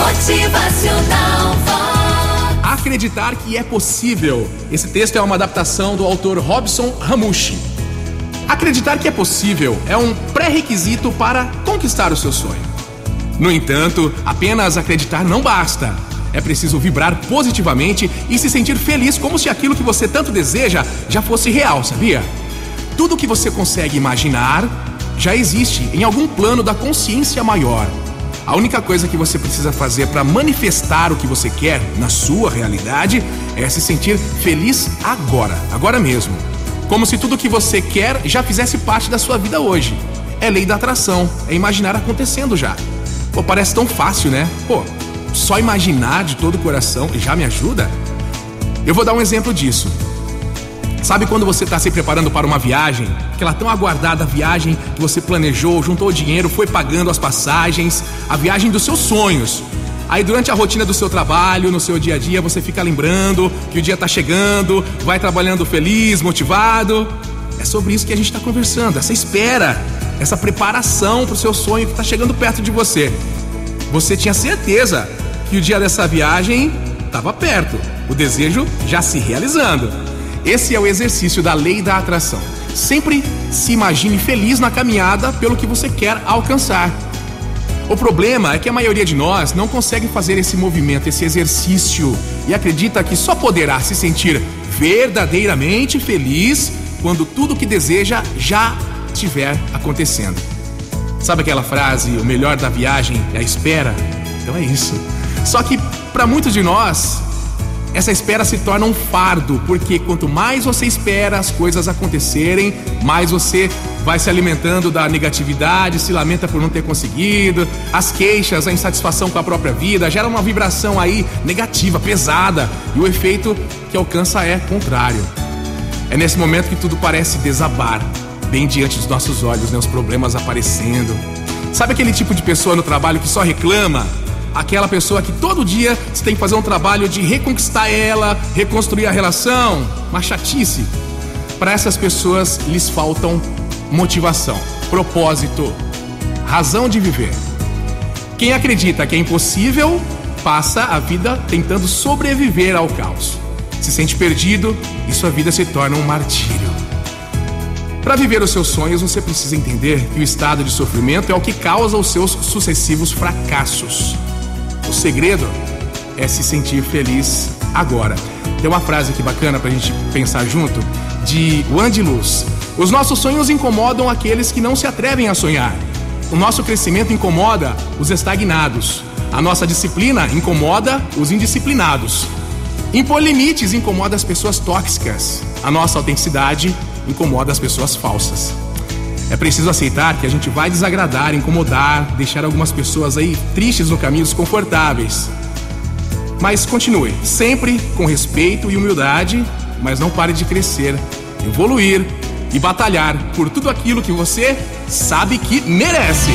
Motivacional Vox. Acreditar que é possível. Esse texto é uma adaptação do autor Robson Ramushi. Acreditar que é possível é um pré-requisito para conquistar o seu sonho. No entanto, apenas acreditar não basta. É preciso vibrar positivamente e se sentir feliz como se aquilo que você tanto deseja já fosse real, sabia? Tudo que você consegue imaginar já existe em algum plano da consciência maior. A única coisa que você precisa fazer para manifestar o que você quer na sua realidade é se sentir feliz agora mesmo. Como se tudo que você quer já fizesse parte da sua vida hoje. É lei da atração, é imaginar acontecendo já. Pô, parece tão fácil, né? Pô, só imaginar de todo o coração já me ajuda? Eu vou dar um exemplo disso. Sabe quando você está se preparando para uma viagem? Aquela tão aguardada viagem que você planejou, juntou dinheiro, foi pagando as passagens, a viagem dos seus sonhos. Aí durante a rotina do seu trabalho, no seu dia a dia, você fica lembrando que o dia está chegando, vai trabalhando feliz, motivado. É sobre isso que a gente está conversando, essa espera, essa preparação para o seu sonho que está chegando perto de você. Você tinha certeza que o dia dessa viagem estava perto, o desejo já se realizando. Esse é o exercício da lei da atração. Sempre se imagine feliz na caminhada pelo que você quer alcançar. O problema é que a maioria de nós não consegue fazer esse movimento, esse exercício, e acredita que só poderá se sentir verdadeiramente feliz quando tudo que deseja já estiver acontecendo. Sabe aquela frase, o melhor da viagem é a espera? Então é isso. Só que para muitos de nós, essa espera se torna um fardo, porque quanto mais você espera as coisas acontecerem, mais você vai se alimentando da negatividade, se lamenta por não ter conseguido, as queixas, a insatisfação com a própria vida, gera uma vibração aí negativa, pesada, e o efeito que alcança é contrário. É nesse momento que tudo parece desabar, bem diante dos nossos olhos, né? Os problemas aparecendo. Sabe aquele tipo de pessoa no trabalho que só reclama? Aquela pessoa que todo dia você tem que fazer um trabalho de reconquistar ela, reconstruir a relação, uma chatice. Para essas pessoas lhes faltam motivação, propósito, razão de viver. Quem acredita que é impossível, passa a vida tentando sobreviver ao caos. Se sente perdido e sua vida se torna um martírio. Para viver os seus sonhos, você precisa entender que o estado de sofrimento é o que causa os seus sucessivos fracassos. O segredo é se sentir feliz agora. Tem uma frase aqui bacana pra gente pensar junto, de Wandy Luz. Os nossos sonhos incomodam aqueles que não se atrevem a sonhar. O nosso crescimento incomoda os estagnados. A nossa disciplina incomoda os indisciplinados. Impor limites incomoda as pessoas tóxicas. A nossa autenticidade incomoda as pessoas falsas. É preciso aceitar que a gente vai desagradar, incomodar, deixar algumas pessoas aí tristes no caminho desconfortáveis. Mas continue, sempre com respeito e humildade, mas não pare de crescer, evoluir e batalhar por tudo aquilo que você sabe que merece.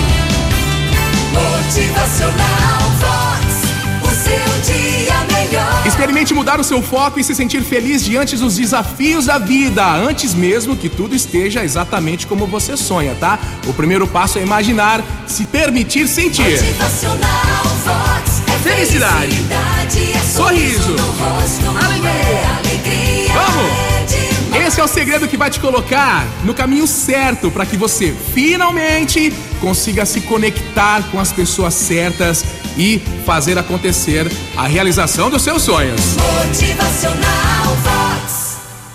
Motivacional Vox, o seu dia melhor. Experimente mudar o seu foco e se sentir feliz diante dos desafios da vida, antes mesmo que tudo esteja exatamente como você sonha, tá? O primeiro passo é imaginar, se permitir sentir. Motivacional Vox é Felicidade, é sorriso, no rosto, alegria. é alegria. Vamos! É demais. Esse é o segredo que vai te colocar no caminho certo para que você finalmente consiga se conectar com as pessoas certas e fazer acontecer a realização dos seus sonhos. Motivacional